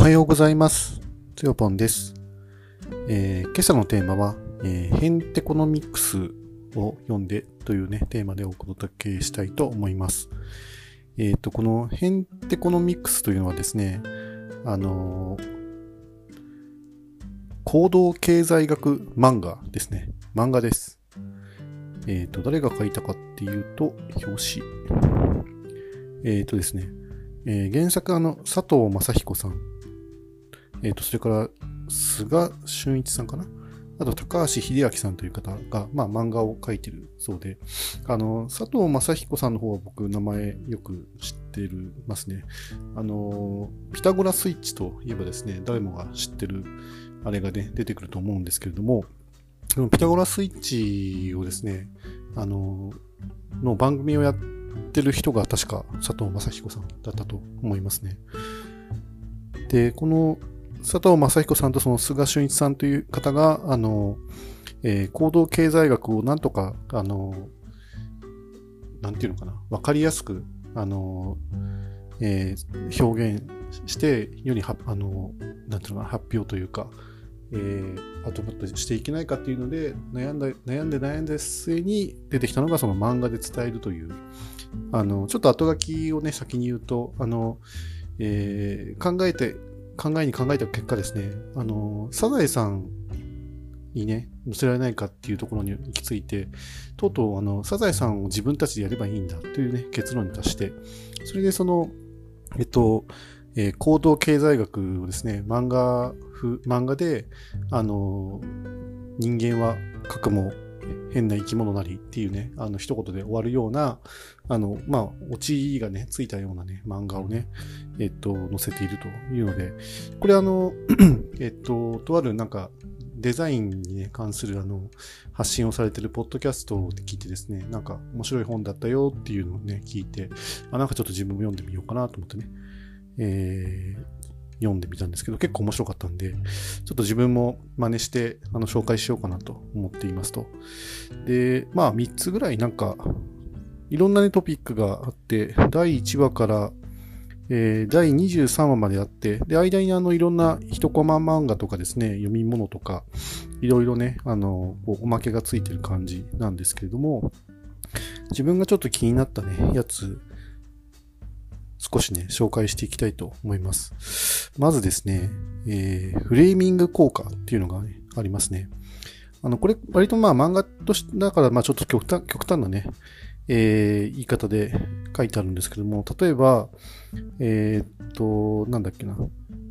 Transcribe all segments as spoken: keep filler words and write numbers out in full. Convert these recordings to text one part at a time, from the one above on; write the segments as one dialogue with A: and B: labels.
A: はようございます。つよぽんです。えー、今朝のテーマは、えー、ヘンテコノミクスを読んでというね、テーマでお届けしたいと思います。えっと、このヘンテコノミクスというのはですね、あのー、行動経済学漫画ですね。漫画です。えっと、誰が書いたかっていうと、表紙。えっとですね、えー、原作あの、佐藤正彦さん。えっと、それから、菅俊一さんかなあと、高橋秀明さんという方が、まあ、漫画を描いてるそうで、あの、佐藤正彦さんの方は僕、名前よく知ってるますね。あの、ピタゴラスイッチといえばですね、誰もが知ってる、あれがね、出てくると思うんですけれども、ピタゴラスイッチをですね、あの、の番組をやってる人が確か佐藤正彦さんだったと思いますね。で、この佐藤正彦さんとその菅俊一さんという方が、あの、えー、行動経済学をなんとか、あの、なんていうのかな、わかりやすく、あの、えー、表現して世には、あの、なんていうのかな、発表というか、えー、アウトプットしていけないかっていうので、悩んだ、悩んで悩んで末に出てきたのがその漫画で伝えるという、あの、ちょっと後書きをね、先に言うと、あの、えー、考えて、考えに考えた結果ですね、あの、サザエさんにね、載せられないかっていうところに行き着いて、とうとう、あの、サザエさんを自分たちでやればいいんだというね、結論に達して、それでその、えっと、えー、行動経済学をですね、漫画風、漫画で、あの、人間は核も変な生き物なりっていうね、あの、一言で終わるような、あの、まあ、オチがね、ついたようなね、漫画をね、えっと、載せているというので、これあの、えっと、とあるなんか、デザインに、ね、関するあの、発信をされているポッドキャストを聞いてですね、なんか面白い本だったよっていうのをね、聞いて、あ、なんかちょっと自分も読んでみようかなと思ってね、えー、読んでみたんですけど、結構面白かったんで、ちょっと自分も真似して、あの、紹介しようかなと思っていますと。で、まあ、みっつぐらいなんか、いろんなね、トピックがあって、だいいちわから、えー、だいにじゅうさんわまであって、で、間にあの、いろんな一コマ漫画とかですね、読み物とか、いろいろね、あの、おまけがついてる感じなんですけれども、自分がちょっと気になったね、やつ、少しね、紹介していきたいと思います。まずですね、えー、フレーミング効果っていうのが、ね、ありますね。あの、これ、割とまあ漫画として、だからまあちょっと極端、極端なね、えー、言い方で書いてあるんですけども、例えば、えー、っと、なんだっけな。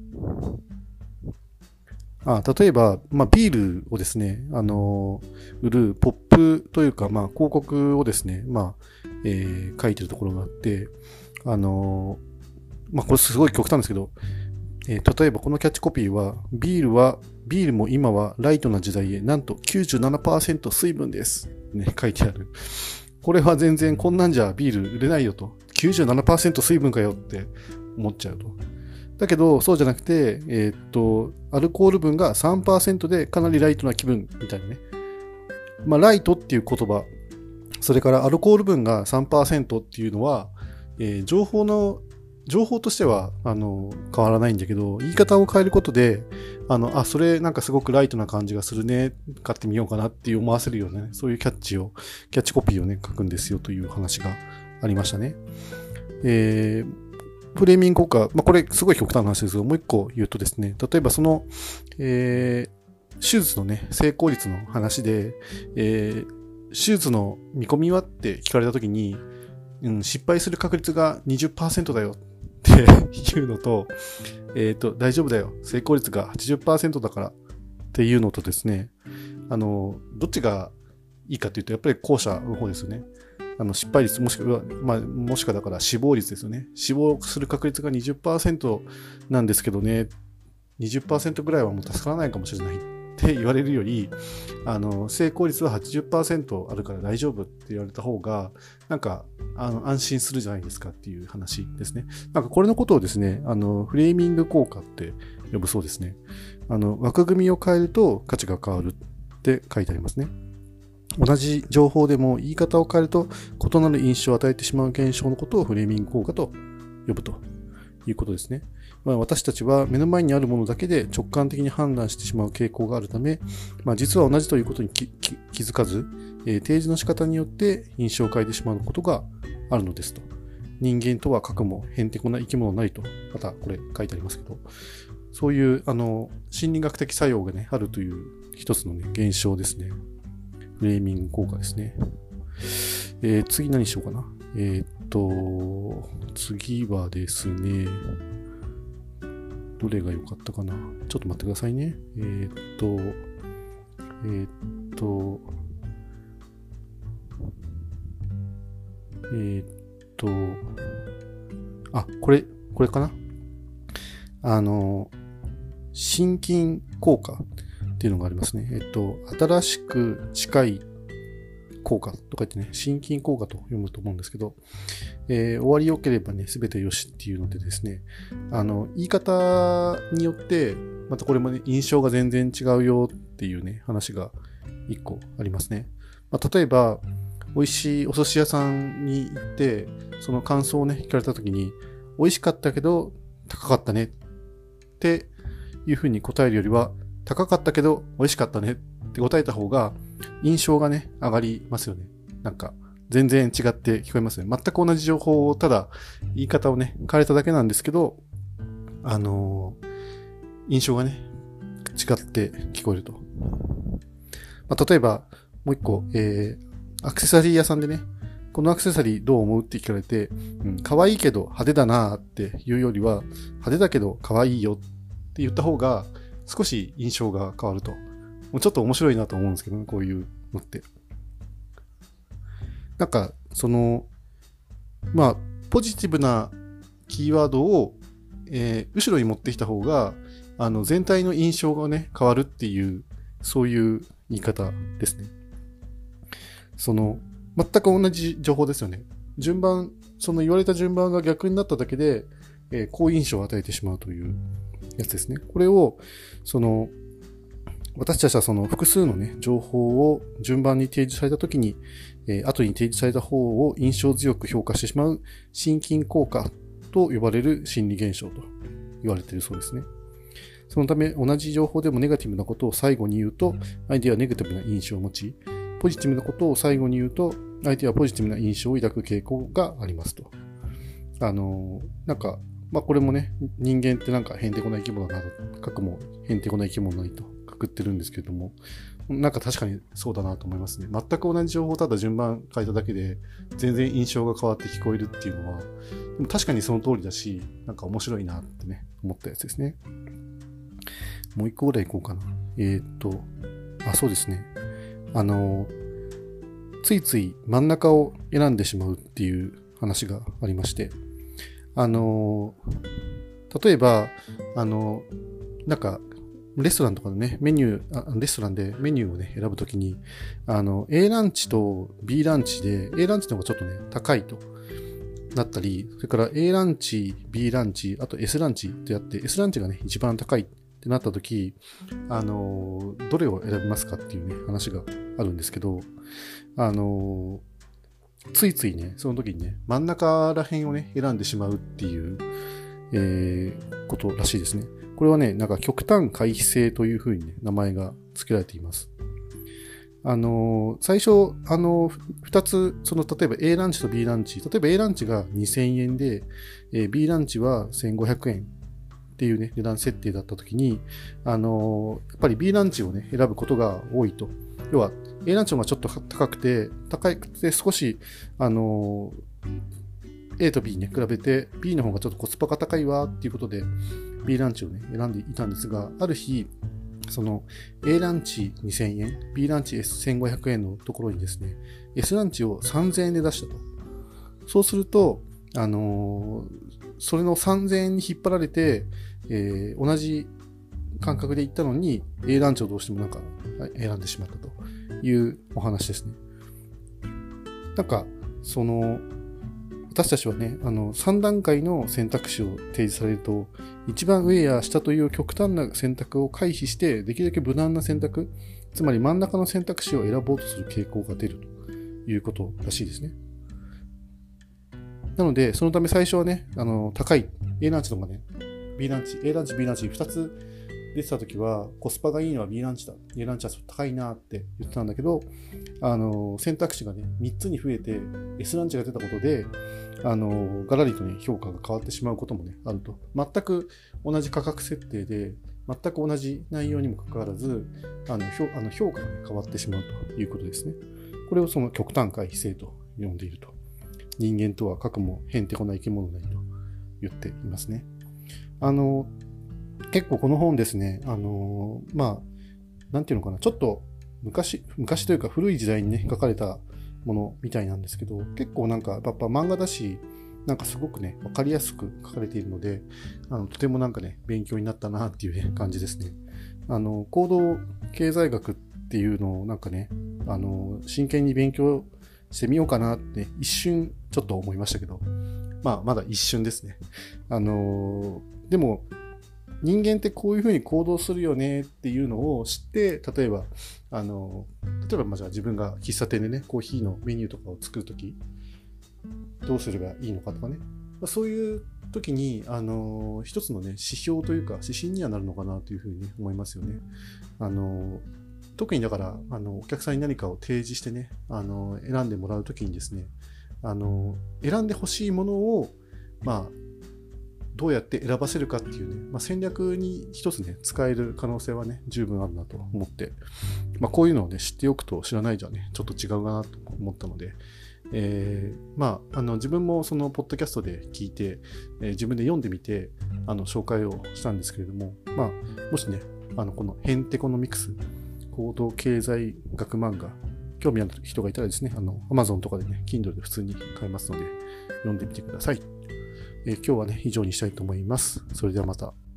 A: あ、例えば、まあ、ビールをですね、あの、売るポップというか、まあ、広告をですね、まあ、えー、書いてるところがあって、あの、まあ、これすごい極端ですけど、えー、例えばこのキャッチコピーは、ビールは、ビールも今はライトな時代へ、なんと きゅうじゅうななパーセント 水分です。ね、書いてある。これは全然こんなんじゃビール売れないよと。きゅうじゅうななパーセント 水分かよって思っちゃうと。だけど、そうじゃなくて、えー、っと、アルコール分が さんパーセント でかなりライトな気分みたいなね。まあ、ライトっていう言葉、それからアルコール分が さんパーセント っていうのは、えー、情報の、情報としては、あの、変わらないんだけど、言い方を変えることで、あの、あ、それなんかすごくライトな感じがするね、買ってみようかなって思わせるようなね、そういうキャッチを、キャッチコピーをね、書くんですよという話がありましたね。えー、フレーミング効果、まあ、これすごい極端な話ですが、もう一個言うとですね、例えばその、えー、手術のね、成功率の話で、えー、手術の見込みはって聞かれたときに、うん、失敗する確率が にじゅっパーセント だよっていうのと、えっと、大丈夫だよ。成功率が はちじゅっパーセント だからっていうのとですね、あの、どっちがいいかというと、やっぱり後者の方ですよね。あの、失敗率、もしくは、まあ、もしくはだから死亡率ですよね。死亡する確率が にじゅっパーセント なんですけどね、にじゅっパーセント ぐらいはもう助からないかもしれないって言われるより、あの、成功率は はちじゅっパーセント あるから大丈夫って言われた方が、なんか、あの、安心するじゃないですかっていう話ですね。なんかこれのことをですね、あの、フレーミング効果って呼ぶそうですね。あの、枠組みを変えると価値が変わるって書いてありますね。同じ情報でも言い方を変えると異なる印象を与えてしまう現象のことをフレーミング効果と呼ぶということですね。 まあ、私たちは目の前にあるものだけで直感的に判断してしまう傾向があるため、まあ、実は同じということに気づかず、えー、提示の仕方によって印象を変えてしまうことがあるのですと。人間とは核もへんてこな生き物なりと、またこれ書いてありますけど、そういうあの心理学的作用がね、あるという一つのね、現象ですね。フレーミング効果ですね。えー、次何しようかな。えー、っと、次はですね、どれが良かったかな。ちょっと待ってくださいね。えー、っと、えー、っと、えー、っと、あ、これ、これかな。あの、心筋効果っていうのがありますね。えっと、新しく近い効果とか言ってね、心筋効果と読むと思うんですけど、えー、終わり良ければね、すべてよしっていうのでですね、あの、言い方によって、またこれもね、印象が全然違うよっていうね、話が一個ありますね。まあ、例えば、美味しいお寿司屋さんに行って、その感想をね、聞かれたときに、美味しかったけど、高かったねっていうふうに答えるよりは、高かったけど、美味しかったねって答えた方が、印象がね、上がりますよね。なんか、全然違って聞こえますね。全く同じ情報を、ただ、言い方をね、変えただけなんですけど、あのー、印象がね、違って聞こえると。まあ、例えば、もう一個、えー、アクセサリー屋さんでね、このアクセサリーどう思うって聞かれて、うん、可愛いけど派手だなーっていうよりは、派手だけど可愛いよって言った方が、少し印象が変わると。もうちょっと面白いなと思うんですけどね、こういうのって。なんか、その、まあ、ポジティブなキーワードを、えー、後ろに持ってきた方が、あの、全体の印象がね、変わるっていう、そういう言い方ですね。その、全く同じ情報ですよね。順番、その言われた順番が逆になっただけで、えー、好印象を与えてしまうというやつですね。これを、その、私たちはその複数のね、情報を順番に提示されたときに、えー、後に提示された方を印象強く評価してしまう心筋効果と呼ばれる心理現象と言われているそうですね。そのため、同じ情報でもネガティブなことを最後に言うと、相手はネガティブな印象を持ち、ポジティブなことを最後に言うと、相手はポジティブな印象を抱く傾向がありますと。あのー、なんか、まあこれもね、人間ってなんかへんてこな生き物だなと、核もへんてこな生き物なりとくくってるんですけれども、なんか確かにそうだなと思いますね。全く同じ情報をただ順番変えただけで、全然印象が変わって聞こえるっていうのは、でも確かにその通りだし、なんか面白いなってね、思ったやつですね。もう一個ぐらい行こうかな。えーっと、あ、そうですね。あの、ついつい真ん中を選んでしまうっていう話がありまして、あの、例えば、あの、なんか、レストランとかでね、メニュー、レストランでメニューをね、選ぶときに、あの、A ランチと B ランチで、A ランチの方がちょっとね、高いとなったり、それから A ランチ、B ランチ、あと S ランチってやって、S ランチがね、一番高いってなったとき、あの、どれを選びますかっていうね、話があるんですけど、あの、ついついね、その時にね、真ん中ら辺をね、選んでしまうっていう、えー、ことらしいですね。これはね、なんか極端回避性というふうにね、名前が付けられています。あの、最初、あの、二つ、その、例えば A ランチと B ランチ、例えば A ランチがにせんえんで、えー、B ランチはせんごひゃくえんっていうね、値段設定だったときに、あの、やっぱり B ランチをね、選ぶことが多いと。要は、A ランチの方がちょっと高くて、高くて少し、あの、A と B ね、比べて B の方がちょっとコスパが高いわっていうことで B ランチをね、選んでいたんですが、ある日、その A ランチにせんえん、B ランチせんごひゃくえんのところにですね、S ランチをさんぜんえんで出したと。そうすると、あのー、それのさんぜんえんに引っ張られて、えー、同じ感覚で行ったのに A ランチをどうしてもなんか選んでしまったというお話ですね。なんか、その、私たちはね、あの、さん段階の選択肢を提示されると、一番上や下という極端な選択を回避して、できるだけ無難な選択、つまり真ん中の選択肢を選ぼうとする傾向が出るということらしいですね。なので、そのため最初はね、あの、高い A ランチの方がね、 B ランチ、A ランチ、B ランチふたつ出てた時はコスパがいいのは B ランチだ。A ランチは高いなって言ってたんだけど、あの、選択肢がね、みっつに増えて S ランチが出たことで、あの、ガラリとね、評価が変わってしまうこともね、あると。全く同じ価格設定で、全く同じ内容にもかかわらず、あの、評あの評価が、ね、変わってしまうということですね。これをその極端回避性と呼んでいると。人間とはかくもへんてこな生き物なりと言っていますね。あの、結構この本ですね、あの、まあ、なんていうのかな、ちょっと昔、昔というか古い時代にね、書かれたものみたいなんですけど、結構なんか、やっぱ漫画だし、なんかすごくね、わかりやすく書かれているので、あのとてもなんかね、勉強になったなっていう、ね、感じですね。あの、行動経済学っていうのをなんかね、あの、真剣に勉強してみようかなって一瞬ちょっと思いましたけど、まあ、まだ一瞬ですね。あの、でも、人間ってこういうふうに行動するよねっていうのを知って、例えば、あの、例えばまあじゃあ自分が喫茶店でね、コーヒーのメニューとかを作るとき、どうすればいいのかとかね。そういう時に、あの、一つのね、指標というか、指針にはなるのかなというふうに思いますよね。あの、特にだから、あの、お客さんに何かを提示してね、あの、選んでもらうときにですね、あの、選んでほしいものを、まあ、どうやって選ばせるかっていうね、まあ、戦略に一つね、使える可能性はね、十分あるなと思って、まあ、こういうのをね、知っておくと知らないじゃね、ちょっと違うかなと思ったので、えー、まあ、あの、自分もその、ポッドキャストで聞いて、えー、自分で読んでみて、あの、紹介をしたんですけれども、まあ、もしね、あの、このヘンテコノミクス、行動経済学漫画、興味ある人がいたらですね、あの、Amazon とかでね、Kindle で普通に買えますので、読んでみてください。えー、今日はね、以上にしたいと思います。それではまた。